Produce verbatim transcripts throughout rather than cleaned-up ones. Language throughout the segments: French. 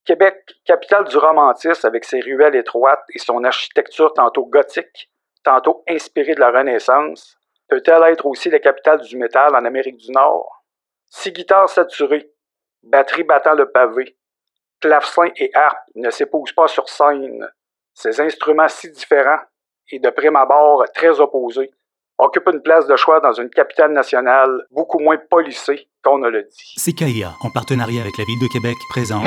Québec, capitale du romantisme avec ses ruelles étroites et son architecture tantôt gothique, tantôt inspirée de la Renaissance, peut-elle être aussi la capitale du métal en Amérique du Nord? Six guitares saturées, batterie battant le pavé, clavecin et harpe ne s'épousent pas sur scène. Ces instruments si différents et de prime abord très opposés occupent une place de choix dans une capitale nationale beaucoup moins policée qu'on ne le dit. C K I A, en partenariat avec la Ville de Québec, présente...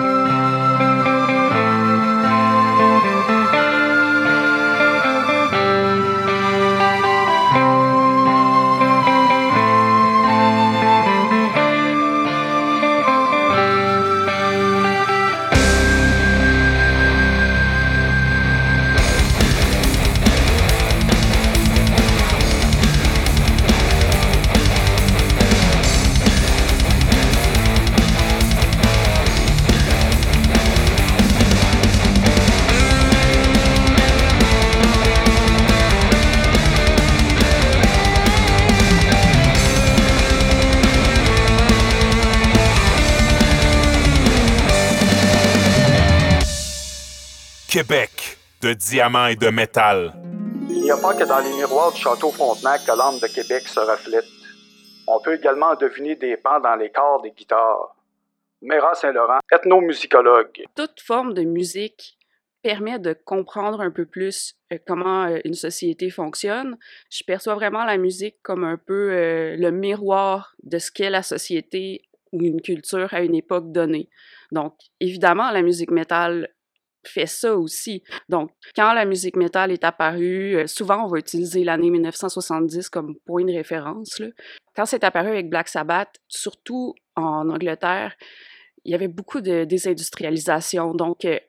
Québec, de diamants et de métal. Il n'y a pas que dans les miroirs du château Frontenac que l'âme de Québec se reflète. On peut également deviner des pans dans les cordes des guitares. Méra Saint-Laurent, ethnomusicologue. Toute forme de musique permet de comprendre un peu plus euh, comment euh, une société fonctionne. Je perçois vraiment la musique comme un peu euh, le miroir de ce qu'est la société ou une culture à une époque donnée. Donc, évidemment, la musique métal fait ça aussi. Donc, quand la musique métal est apparue, euh, souvent on va utiliser l'année dix-neuf cent soixante-dix comme point de référence, là. Quand c'est apparu avec Black Sabbath, surtout en Angleterre, il y avait beaucoup de désindustrialisation. Donc, euh,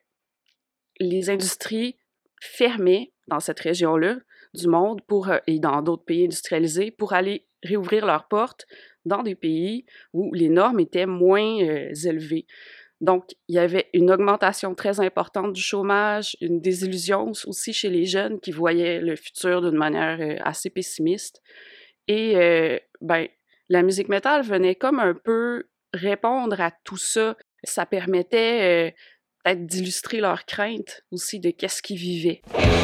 les industries fermaient dans cette région-là du monde pour, euh, et dans d'autres pays industrialisés pour aller réouvrir leurs portes dans des pays où les normes étaient moins euh, élevées. Donc, il y avait une augmentation très importante du chômage, une désillusion aussi chez les jeunes qui voyaient le futur d'une manière euh, assez pessimiste. Et, euh, ben, la musique métal venait comme un peu répondre à tout ça. Ça permettait euh, peut-être d'illustrer leurs craintes aussi de qu'est-ce qu'ils vivaient.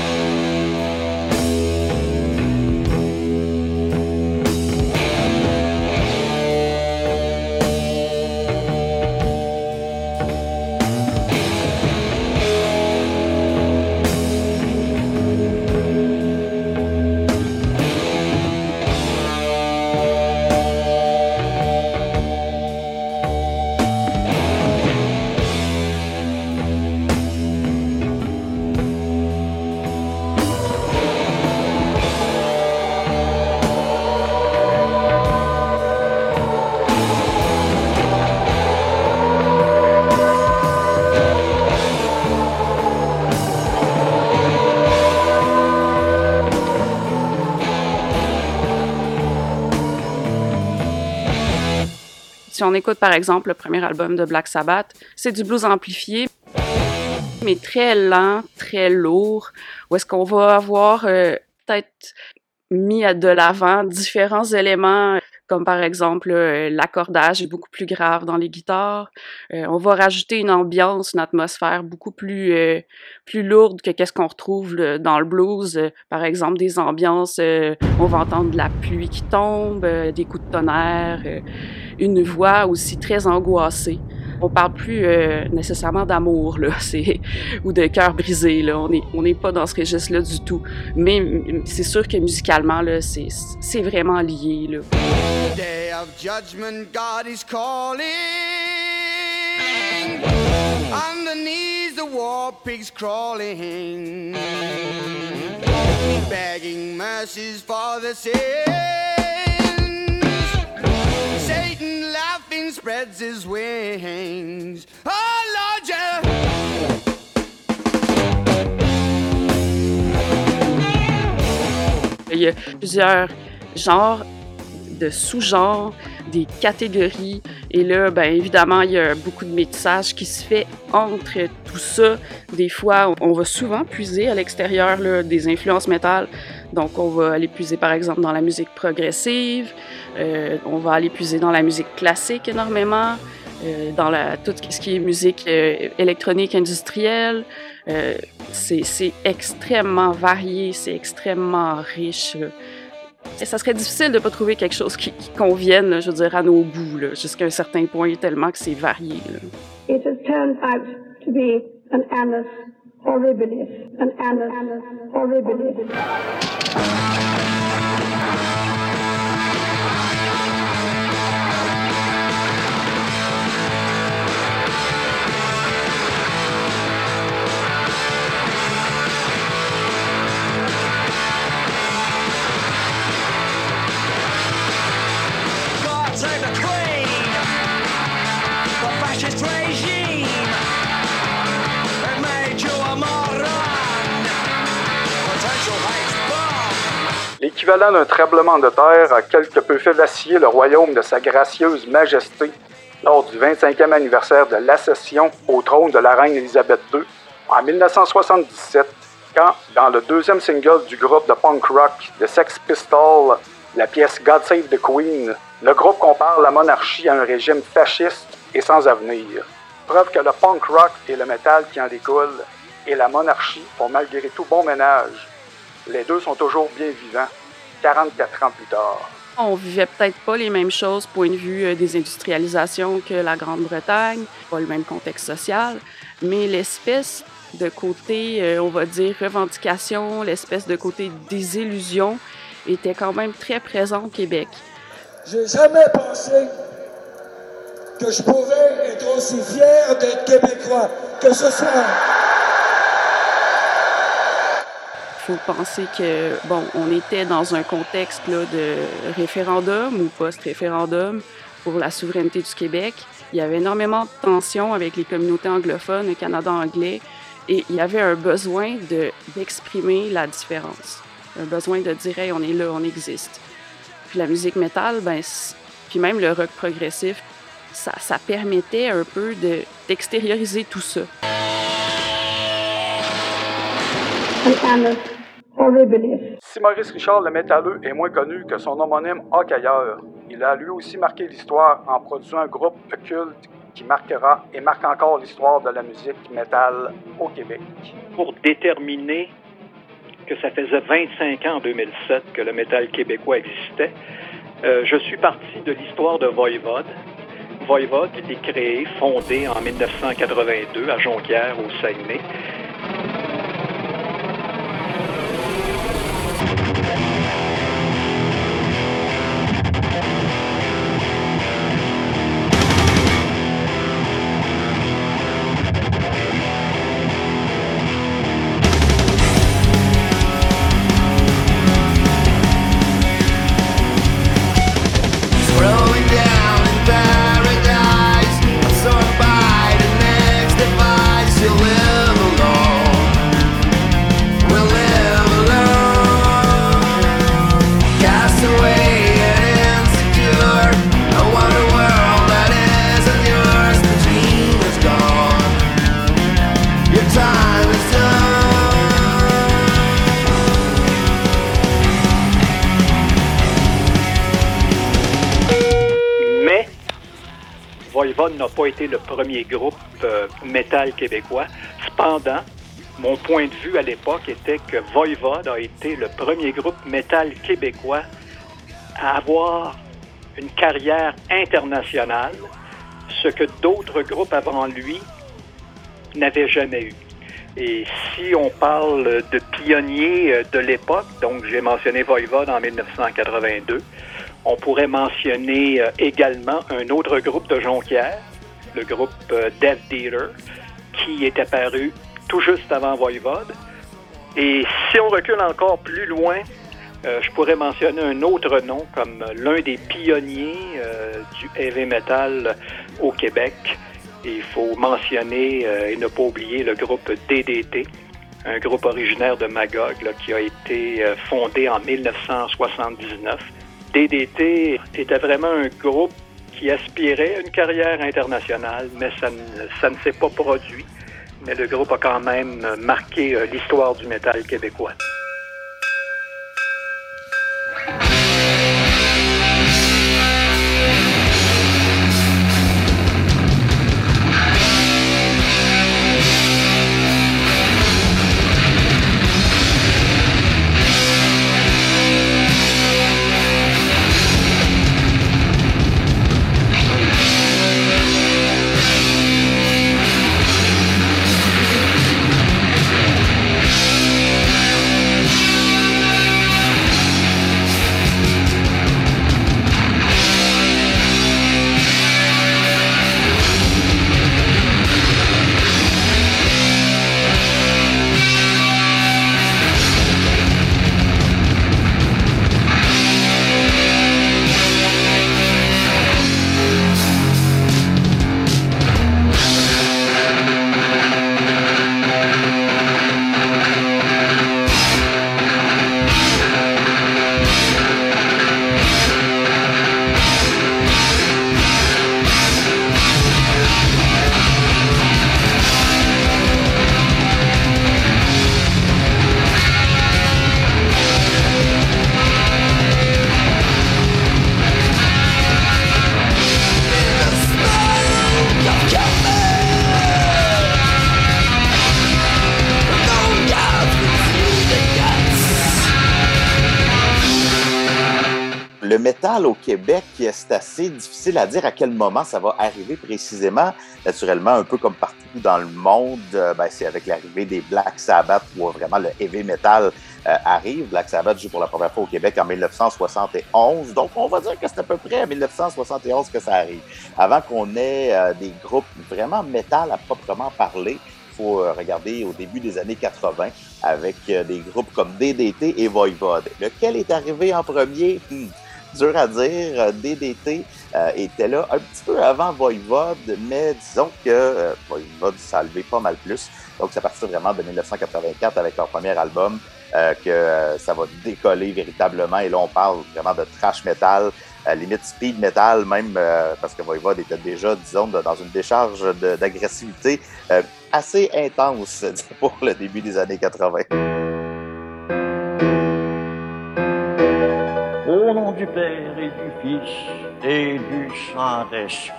Si on écoute par exemple le premier album de Black Sabbath, c'est du blues amplifié, mais très lent, très lourd, où est-ce qu'on va avoir euh, peut-être mis de l'avant différents éléments, comme par exemple euh, l'accordage est beaucoup plus grave dans les guitares. Euh, on va rajouter une ambiance, une atmosphère beaucoup plus euh, plus lourde que qu'est-ce qu'on retrouve là, dans le blues. Euh, par exemple, des ambiances, euh, on va entendre de la pluie qui tombe, euh, des coups de tonnerre, euh, une voix aussi très angoissée. On parle plus euh, nécessairement d'amour là, c'est ou de cœur brisé là. On est on n'est pas dans ce registre-là du tout. Mais c'est sûr que musicalement là, c'est c'est vraiment lié là. Day of judgment, God is calling. Underneath the war pigs crawling, begging mercies for the sins. Satan laughing spreads his wings. Oh Lord, yeah. Il y a plusieurs genres, de sous-genres, des catégories. Et là, bien évidemment, il y a beaucoup de métissage qui se fait entre tout ça. Des fois, on va souvent puiser à l'extérieur là, des influences métal. Donc, on va aller puiser, par exemple, dans la musique progressive. Euh, on va aller puiser dans la musique classique énormément. euh, dans la, tout ce qui est musique euh, électronique industrielle. Euh, c'est, c'est extrêmement varié, c'est extrêmement riche. Là. Et ça serait difficile de ne pas trouver quelque chose qui, qui convienne, là, je veux dire, à nos goûts, là, jusqu'à un certain point, tellement que c'est varié. Là. It has turned out to be an annus horribilis, an annus horribilis. L'équivalent d'un tremblement de terre a quelque peu fait vaciller le royaume de sa gracieuse majesté lors du vingt-cinquième anniversaire de l'accession au trône de la reine Élisabeth deux en dix-neuf cent soixante-dix-sept, quand, dans le deuxième single du groupe de punk rock The Sex Pistols, la pièce God Save the Queen, le groupe compare la monarchie à un régime fasciste et sans avenir. Preuve que le punk rock et le métal qui en découle et la monarchie font malgré tout bon ménage. Les deux sont toujours bien vivants, quarante-quatre ans plus tard. On vivait peut-être pas les mêmes choses point de vue euh, des industrialisations que la Grande-Bretagne, pas le même contexte social, mais l'espèce de côté, euh, on va dire, revendication, l'espèce de côté désillusion était quand même très présent au Québec. J'ai jamais pensé que je pourrais être aussi fier d'être Québécois que ce soir. Il faut penser que, bon, on était dans un contexte là, de référendum ou post-référendum pour la souveraineté du Québec. Il y avait énormément de tensions avec les communautés anglophones, le Canada anglais, et il y avait un besoin de, d'exprimer la différence. Un besoin de dire, hey, on est là, on existe. Puis la musique métal, ben, puis même le rock progressif, ça, ça permettait un peu de, d'extérioriser tout ça. Si Maurice Richard le métalleux est moins connu que son homonyme Hawk ailleurs, il a lui aussi marqué l'histoire en produisant un groupe culte qui marquera et marque encore l'histoire de la musique métal au Québec. Pour déterminer que ça faisait vingt-cinq ans en deux mille sept que le métal québécois existait, euh, je suis parti de l'histoire de Voivode. Voivode a été créé, fondé en dix-neuf cent quatre-vingt-deux à Jonquière, au Saguenay. Voivode n'a pas été le premier groupe euh, métal québécois. Cependant, mon point de vue à l'époque était que Voivode a été le premier groupe métal québécois à avoir une carrière internationale, ce que d'autres groupes avant lui n'avaient jamais eu. Et si on parle de pionniers de l'époque, donc j'ai mentionné Voivode en dix-neuf cent quatre-vingt-deux, on pourrait mentionner également un autre groupe de Jonquière, le groupe Death Dealer, qui est apparu tout juste avant Voivode. Et si on recule encore plus loin, euh, je pourrais mentionner un autre nom comme l'un des pionniers euh, du heavy metal au Québec. Et il faut mentionner euh, et ne pas oublier le groupe D D T, un groupe originaire de Magog là, qui a été euh, fondé en dix-neuf cent soixante-dix-neuf. D D T était vraiment un groupe qui aspirait à une carrière internationale, mais ça ne, ça ne s'est pas produit. Mais le groupe a quand même marqué euh, l'histoire du métal québécois. le métal au Québec, c'est assez difficile à dire à quel moment ça va arriver précisément. Naturellement, un peu comme partout dans le monde, euh, ben, c'est avec l'arrivée des Black Sabbath où vraiment le heavy metal euh, arrive. Black Sabbath joue pour la première fois au Québec en dix-neuf cent soixante et onze, donc on va dire que c'est à peu près en dix-neuf cent soixante et onze que ça arrive. Avant qu'on ait euh, des groupes vraiment métal à proprement parler, il faut euh, regarder au début des années quatre-vingts avec euh, des groupes comme D D T et Voivode. Lequel est arrivé en premier? Hmm. Dur à dire, D D T euh, était là un petit peu avant Voivode, mais disons que euh, Voivode s'est levé pas mal plus. Donc, c'est à partir vraiment de dix-neuf cent quatre-vingt-quatre avec leur premier album euh, que euh, ça va décoller véritablement. Et là, on parle vraiment de thrash metal, à limite speed metal même, euh, parce que Voivode était déjà, disons, de, dans une décharge de, d'agressivité euh, assez intense pour le début des années quatre-vingts. Au nom du Père et du Fils et du Saint-Esprit.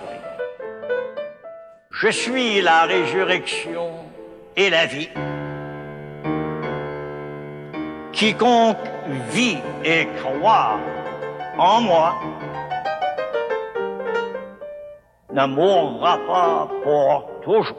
Je suis la résurrection et la vie. Quiconque vit et croit en moi ne mourra pas pour toujours.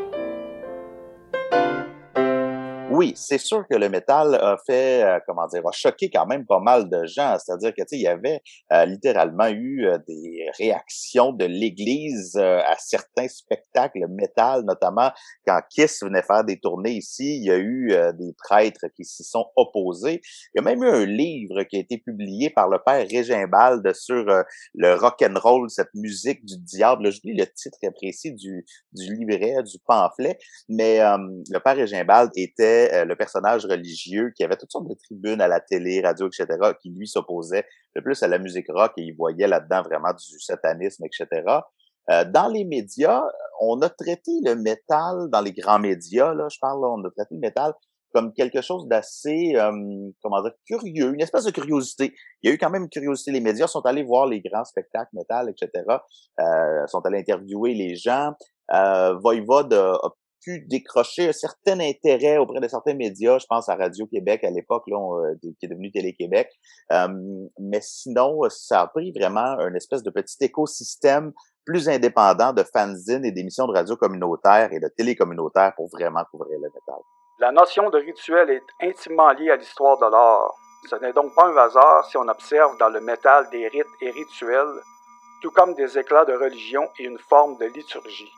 Oui, c'est sûr que le métal a fait, euh, comment dire, a choqué quand même pas mal de gens. C'est-à-dire que, tu sais, il y avait euh, littéralement eu euh, des réactions de l'Église euh, à certains spectacles métal, notamment quand Kiss venait faire des tournées ici. Il y a eu euh, des prêtres qui s'y sont opposés. Il y a même eu un livre qui a été publié par le père Régimbald sur euh, le rock'n'roll, cette musique du diable. J'oublie le titre précis du, du livret, du pamphlet, mais euh, le père Régimbald était le personnage religieux qui avait toutes sortes de tribunes à la télé, radio, et cetera, qui lui s'opposait le plus à la musique rock et il voyait là-dedans vraiment du satanisme, et cetera. Euh, dans les médias, on a traité le métal, dans les grands médias, là, je parle, là, on a traité le métal comme quelque chose d'assez, euh, comment dire, curieux, une espèce de curiosité. Il y a eu quand même une curiosité. Les médias sont allés voir les grands spectacles métal, et cetera, euh, sont allés interviewer les gens. Euh, Voivode a, a pu décrocher un certain intérêt auprès de certains médias, je pense à Radio-Québec à l'époque, là, on, euh, qui est devenu Télé-Québec. Euh, mais sinon, ça a pris vraiment un espèce de petit écosystème plus indépendant de fanzines et d'émissions de radio communautaires et de télé communautaire pour vraiment couvrir le métal. La notion de rituel est intimement liée à l'histoire de l'art. Ce n'est donc pas un hasard si on observe dans le métal des rites et rituels, tout comme des éclats de religion et une forme de liturgie.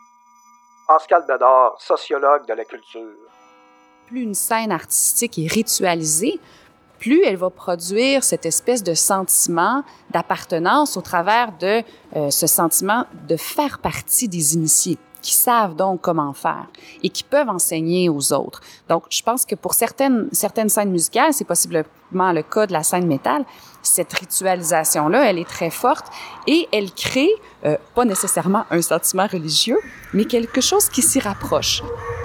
Pascal Bédard, sociologue de la culture. Plus une scène artistique est ritualisée, plus elle va produire cette espèce de sentiment d'appartenance au travers de euh, ce sentiment de faire partie des initiés, qui savent donc comment faire et qui peuvent enseigner aux autres. Donc, je pense que pour certaines certaines scènes musicales, c'est possiblement le cas de la scène métal, cette ritualisation-là, elle est très forte et elle crée, euh, pas nécessairement un sentiment religieux, mais quelque chose qui s'y rapproche.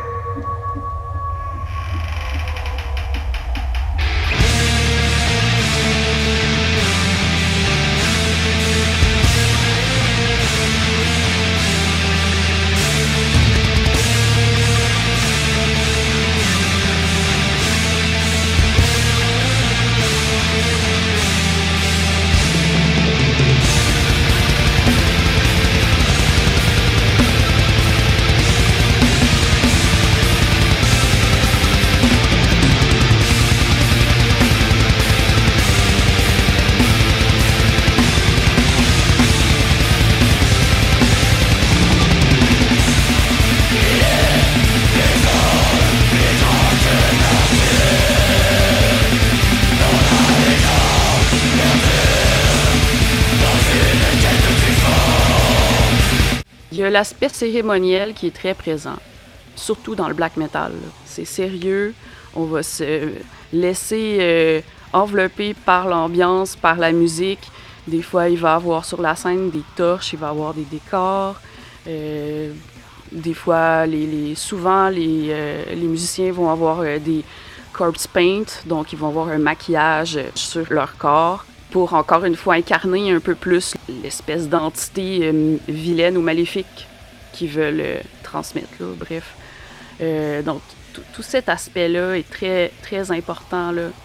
Il y a l'aspect cérémoniel qui est très présent, surtout dans le black metal. Là. C'est sérieux, on va se laisser euh, envelopper par l'ambiance, par la musique. Des fois, il va y avoir sur la scène des torches, il va y avoir des décors. Euh, des fois, les, les, souvent, les, euh, les musiciens vont avoir euh, des corpse paint, donc ils vont avoir un maquillage sur leur corps, pour encore une fois incarner un peu plus l'espèce d'entité euh, vilaine ou maléfique qu'ils veulent euh, transmettre, là, bref. Euh, donc, tout cet aspect-là est très, très important, là.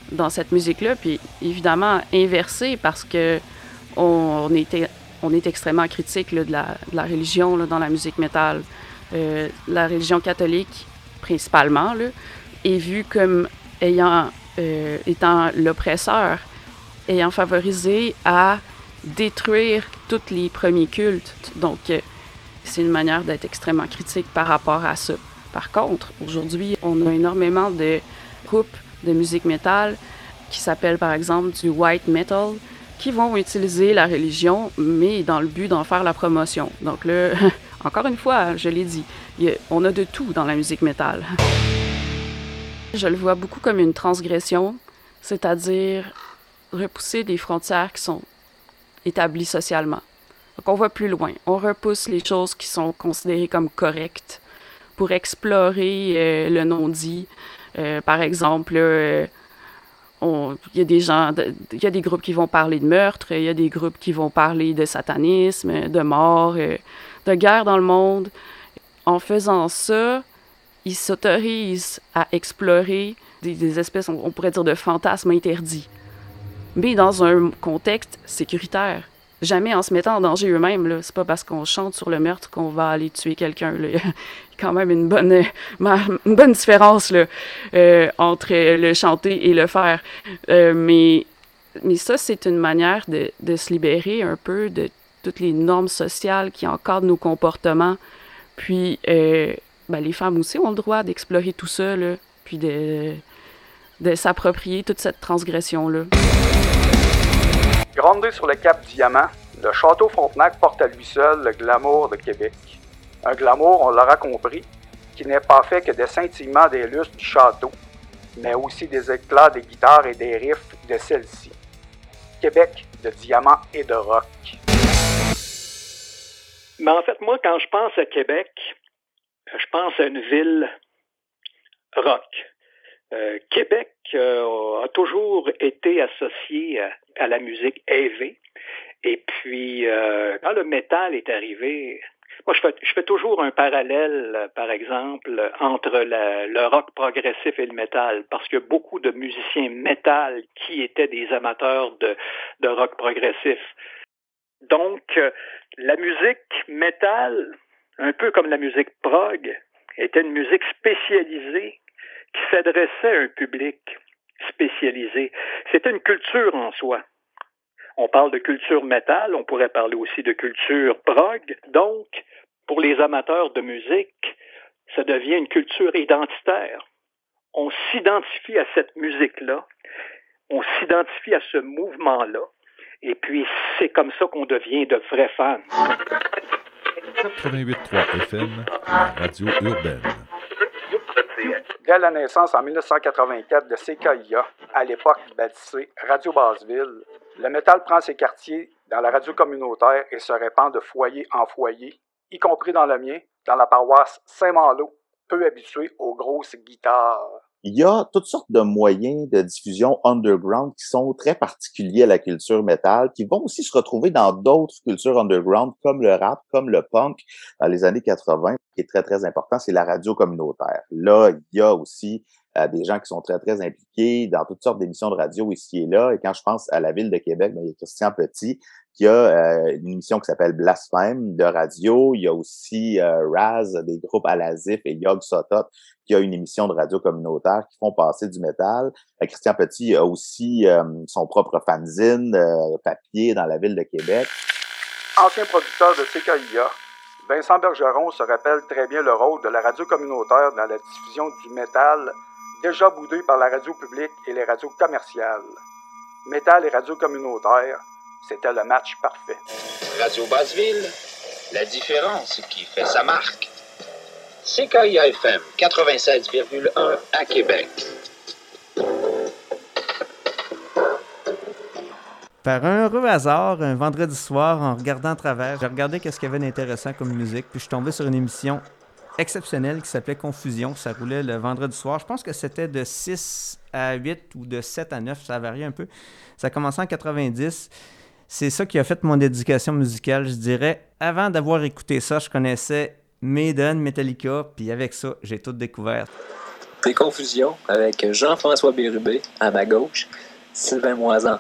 dans cette musique-là, puis évidemment inversée parce que on, on, était, on est extrêmement critique là, de, la, de la religion là, dans la musique métal. Euh, la religion catholique, principalement, là, est vue comme ayant, euh, étant l'oppresseur, ayant favorisé à détruire tous les premiers cultes. Donc, euh, c'est une manière d'être extrêmement critique par rapport à ça. Par contre, aujourd'hui, on a énormément de groupes de musique métal qui s'appellent par exemple du white metal, qui vont utiliser la religion, mais dans le but d'en faire la promotion. Donc là, encore une fois, je l'ai dit, y a, on a de tout dans la musique métal. Je le vois beaucoup comme une transgression, c'est-à-dire repousser des frontières qui sont établies socialement. Donc on va plus loin, on repousse les choses qui sont considérées comme correctes pour explorer euh, le non-dit. Euh, par exemple, il euh, y a des gens, il y a des groupes qui vont parler de meurtre, il y a des groupes qui vont parler de satanisme, de mort, euh, de guerre dans le monde. En faisant ça, ils s'autorisent à explorer des, des espèces, on pourrait dire, de fantasmes interdits, mais dans un contexte sécuritaire. Jamais en se mettant en danger eux-mêmes. Là. C'est pas parce qu'on chante sur le meurtre qu'on va aller tuer quelqu'un. Là. Il y a quand même une bonne, une bonne différence là, euh, entre le chanter et le faire. Euh, mais, mais ça, c'est une manière de, de se libérer un peu de toutes les normes sociales qui encadrent nos comportements. Puis, euh, ben, les femmes aussi ont le droit d'explorer tout ça, là, puis de, de s'approprier toute cette transgression-là. Grondé sur le Cap Diamant, le château Frontenac porte à lui seul le glamour de Québec. Un glamour, on l'aura compris, qui n'est pas fait que des scintillements des lustres du château, mais aussi des éclats des guitares et des riffs de celle-ci. Québec de diamant et de rock. Mais en fait, moi, quand je pense à Québec, je pense à une ville rock. Euh, Québec euh, a toujours été associé à, à la musique heavy. Et puis, euh, quand le métal est arrivé, moi, je fais, je fais toujours un parallèle, par exemple, entre la, le rock progressif et le métal, parce que beaucoup de musiciens métal qui étaient des amateurs de, de rock progressif. Donc, euh, la musique métal, un peu comme la musique prog, était une musique spécialisée qui s'adressait à un public spécialisé. C'était une culture en soi. On parle de culture métal, on pourrait parler aussi de culture prog. Donc, pour les amateurs de musique, ça devient une culture identitaire. On s'identifie à cette musique-là, on s'identifie à ce mouvement-là, et puis c'est comme ça qu'on devient de vrais fans. quatre-vingt-huit virgule trois F M, radio urbaine. Dès la naissance en dix-neuf cent quatre-vingt-quatre de C K I A, à l'époque baptisée Radio Basseville, le métal prend ses quartiers dans la radio communautaire et se répand de foyer en foyer, y compris dans le mien, dans la paroisse Saint-Malo, peu habitué aux grosses guitares. Il y a toutes sortes de moyens de diffusion underground qui sont très particuliers à la culture métal, qui vont aussi se retrouver dans d'autres cultures underground, comme le rap, comme le punk, dans les années quatre-vingt. Ce qui est très, très important, c'est la radio communautaire. Là, il y a aussi euh, des gens qui sont très, très impliqués dans toutes sortes d'émissions de radio ici et là. Et quand je pense à la ville de Québec, bien, il y a Christian Petit, qui a euh, une émission qui s'appelle Blasphème de radio. Il y a aussi euh, Raz, des groupes Alazif et Yog Sothoth, qui a une émission de radio communautaire qui font passer du métal. Euh, Christian Petit a aussi euh, son propre fanzine euh, papier dans la ville de Québec. Ancien producteur de C K I A, Vincent Bergeron se rappelle très bien le rôle de la radio communautaire dans la diffusion du métal, déjà boudé par la radio publique et les radios commerciales. Métal et radio communautaire, c'était le match parfait. Radio Basseville, la différence qui fait sa marque. C K I A F M quatre-vingt-seize virgule un à Québec. Par un heureux hasard, un vendredi soir, en regardant à travers, j'ai regardé qu'est-ce qu'il y avait d'intéressant comme musique, puis je suis tombé sur une émission exceptionnelle qui s'appelait Confusion. Ça roulait le vendredi soir. Je pense que c'était de six à huit ou de sept à neuf, ça variait un peu. Ça a commencé en quatre-vingt-dix. C'est ça qui a fait mon éducation musicale, je dirais. Avant d'avoir écouté ça, je connaissais Maiden, Metallica, puis avec ça, j'ai tout découvert. écoutez Confusion avec Jean-François Bérubé à ma gauche, Sylvain Moisan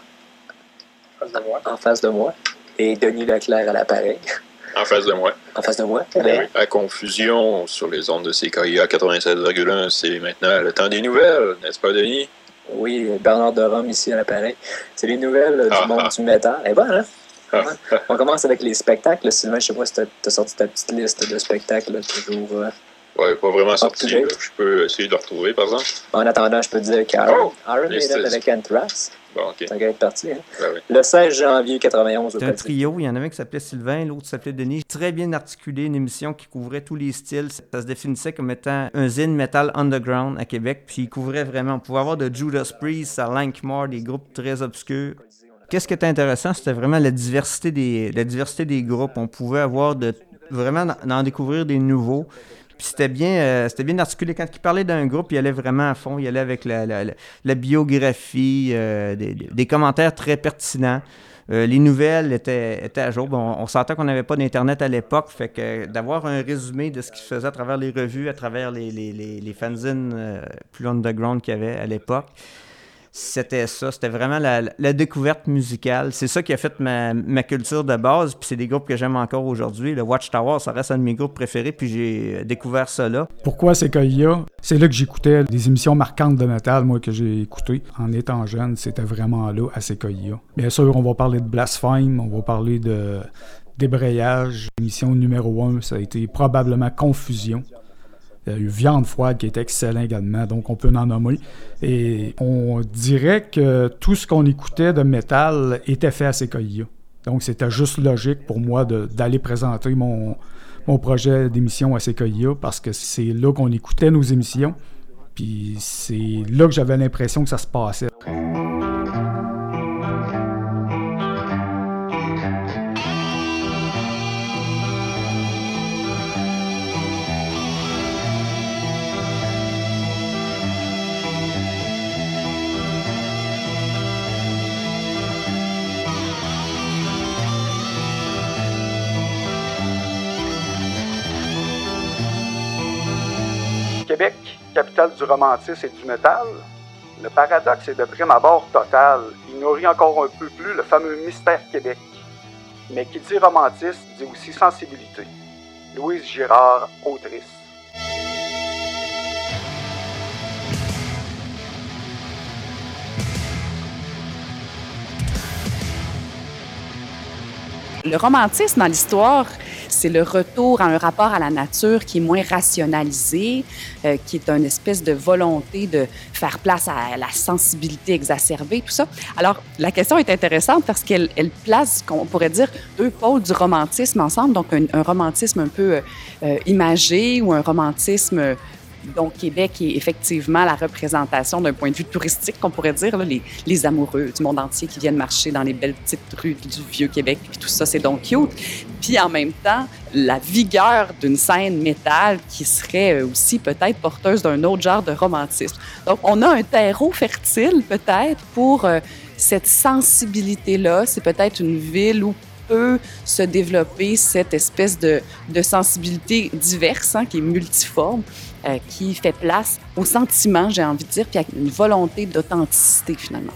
en face de moi et Denis Leclerc à l'appareil. En face de moi. En face de moi. Ben, à Confusion sur les ondes de C K I A quatre-vingt-seize virgule un, c'est maintenant le temps des nouvelles, n'est-ce pas, Denis? Oui, Bernard de Rome ici à l'appareil. C'est les nouvelles euh, du ah, monde ah. du métal. Eh ben, hein? Ah. On commence avec les spectacles. Sylvain, je sais pas si t'as, t'as sorti ta petite liste de spectacles, là, toujours... Euh, ouais, pas vraiment sorti. Je peux essayer de le retrouver, par exemple. En attendant, je peux te dire qu'Iron oh, Maiden avec Anthrax. Bon, OK. Ça va être parti. Hein? Ben oui. Le seize janvier quatre-vingt-onze. C'était un trio. Il y en avait un qui s'appelait Sylvain, l'autre s'appelait Denis. Très bien articulé, une émission qui couvrait tous les styles. Ça se définissait comme étant un zine metal underground à Québec. Puis il couvrait vraiment. On pouvait avoir de Judas Priest à Lankmore, des groupes très obscurs. Qu'est-ce qui était intéressant, c'était vraiment la diversité des, la diversité des groupes. On pouvait avoir de vraiment d'en découvrir des nouveaux. Puis c'était bien, euh, c'était bien articulé. Quand il parlait d'un groupe, il allait vraiment à fond. Il allait avec la, la, la, la biographie, euh, des, des commentaires très pertinents. Euh, les nouvelles étaient, étaient à jour. Bon, on sentait qu'on n'avait pas d'Internet à l'époque, fait que d'avoir un résumé de ce qui se faisait à travers les revues, à travers les, les, les, les fanzines euh, plus underground qu'il y avait à l'époque, c'était ça. C'était vraiment la, la découverte musicale. C'est ça qui a fait ma, ma culture de base. Puis c'est des groupes que j'aime encore aujourd'hui. Le Watchtower, ça reste un de mes groupes préférés. Puis j'ai découvert ça là. Pourquoi C K I A? C'est là que j'écoutais des émissions marquantes de métal, moi, que j'ai écoutées. En étant jeune, c'était vraiment là, à C K I A. Bien sûr, on va parler de Blasphème, on va parler de débrayage. L'émission numéro un, ça a été probablement Confusion. Il y a eu Viande froide qui était excellent également, donc on peut en nommer. Et on dirait que tout ce qu'on écoutait de métal était fait à C K I A. Donc c'était juste logique pour moi de, d'aller présenter mon, mon projet d'émission à C K I A parce que c'est là qu'on écoutait nos émissions. Puis c'est là que j'avais l'impression que ça se passait. Québec, capitale du romantisme et du métal, le paradoxe est de prime abord total. Il nourrit encore un peu plus le fameux mystère Québec. Mais qui dit romantisme dit aussi sensibilité. Louise Girard, autrice. Le romantisme dans l'histoire, c'est le retour à un rapport à la nature qui est moins rationalisé, euh, qui est une espèce de volonté de faire place à la sensibilité exacerbée, tout ça. Alors, la question est intéressante parce qu'elle elle place, on pourrait dire, deux pôles du romantisme ensemble, donc un, un romantisme un peu euh, imagé ou un romantisme... Donc, Québec est effectivement la représentation d'un point de vue touristique, qu'on pourrait dire, là, les, les amoureux du monde entier qui viennent marcher dans les belles petites rues du vieux Québec, puis tout ça, c'est donc cute. Puis en même temps, la vigueur d'une scène métal qui serait aussi peut-être porteuse d'un autre genre de romantisme. Donc, on a un terreau fertile peut-être pour euh, cette sensibilité-là. C'est peut-être une ville où peut se développer cette espèce de, de sensibilité diverse, hein, qui est multiforme, euh, qui fait place au sentiment, j'ai envie de dire, puis avec une volonté d'authenticité, finalement.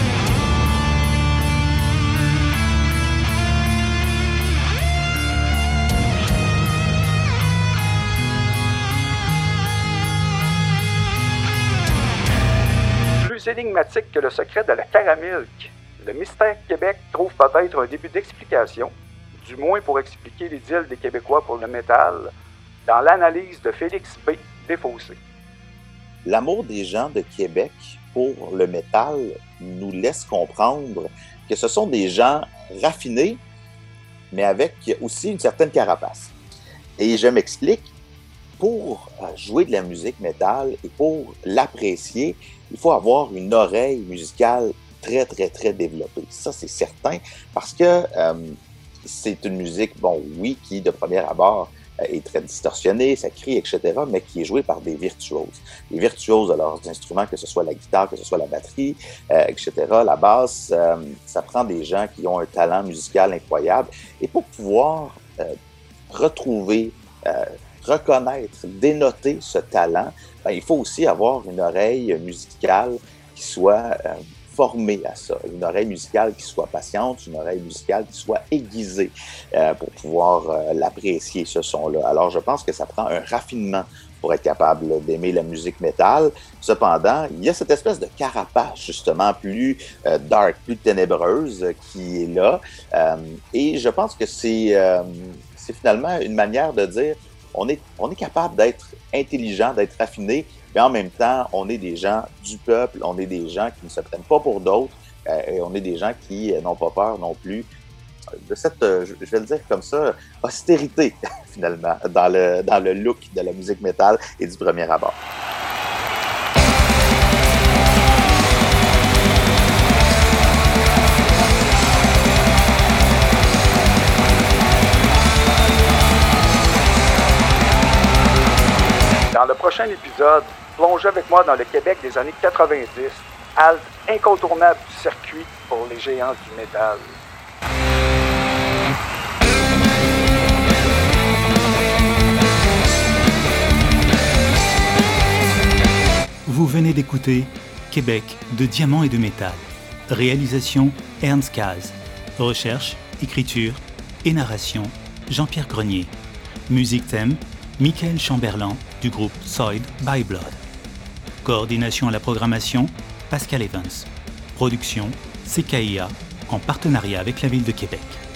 Plus énigmatique que le secret de la caramilk, le mystère Québec trouve peut-être un début d'explication, du moins pour expliquer l'idylle des Québécois pour le métal, dans l'analyse de Félix B. Desfossés. L'amour des gens de Québec pour le métal nous laisse comprendre que ce sont des gens raffinés, mais avec aussi une certaine carapace. Et je m'explique, pour jouer de la musique métal et pour l'apprécier, il faut avoir une oreille musicale très, très, très développée. Ça, c'est certain, parce que euh, c'est une musique, bon, oui, qui, de premier abord, euh, est très distorsionnée, ça crie, et cetera, mais qui est jouée par des virtuoses. Les virtuoses de leurs instruments, que ce soit la guitare, que ce soit la batterie, euh, et cetera, la basse, euh, ça prend des gens qui ont un talent musical incroyable. Et pour pouvoir euh, retrouver euh, reconnaître, dénoter ce talent, ben, il faut aussi avoir une oreille musicale qui soit euh, formée à ça, une oreille musicale qui soit patiente, une oreille musicale qui soit aiguisée euh, pour pouvoir euh, l'apprécier, ce son-là. Alors, je pense que ça prend un raffinement pour être capable d'aimer la musique métal. Cependant, il y a cette espèce de carapace, justement, plus euh, dark, plus ténébreuse euh, qui est là. Euh, et je pense que c'est, euh, c'est finalement une manière de dire on est, on est capable d'être intelligent, d'être raffiné, mais en même temps, on est des gens du peuple, on est des gens qui ne se prennent pas pour d'autres, euh, et on est des gens qui euh, n'ont pas peur non plus de cette, euh, je vais le dire comme ça, austérité, finalement, dans le, dans le look de la musique métal et du premier abord. Dans le prochain épisode, plongez avec moi dans le Québec des années quatre-vingt-dix, halte incontournable du circuit pour les géants du métal. Vous venez d'écouter Québec de diamants et de métal. Réalisation Ernst Caz. Recherche, écriture et narration Jean-Pierre Grenier. Musique thème Michael Chamberlain du groupe Soid by Blood. Coordination à la programmation Pascal Evans. Production C K I A en partenariat avec la Ville de Québec.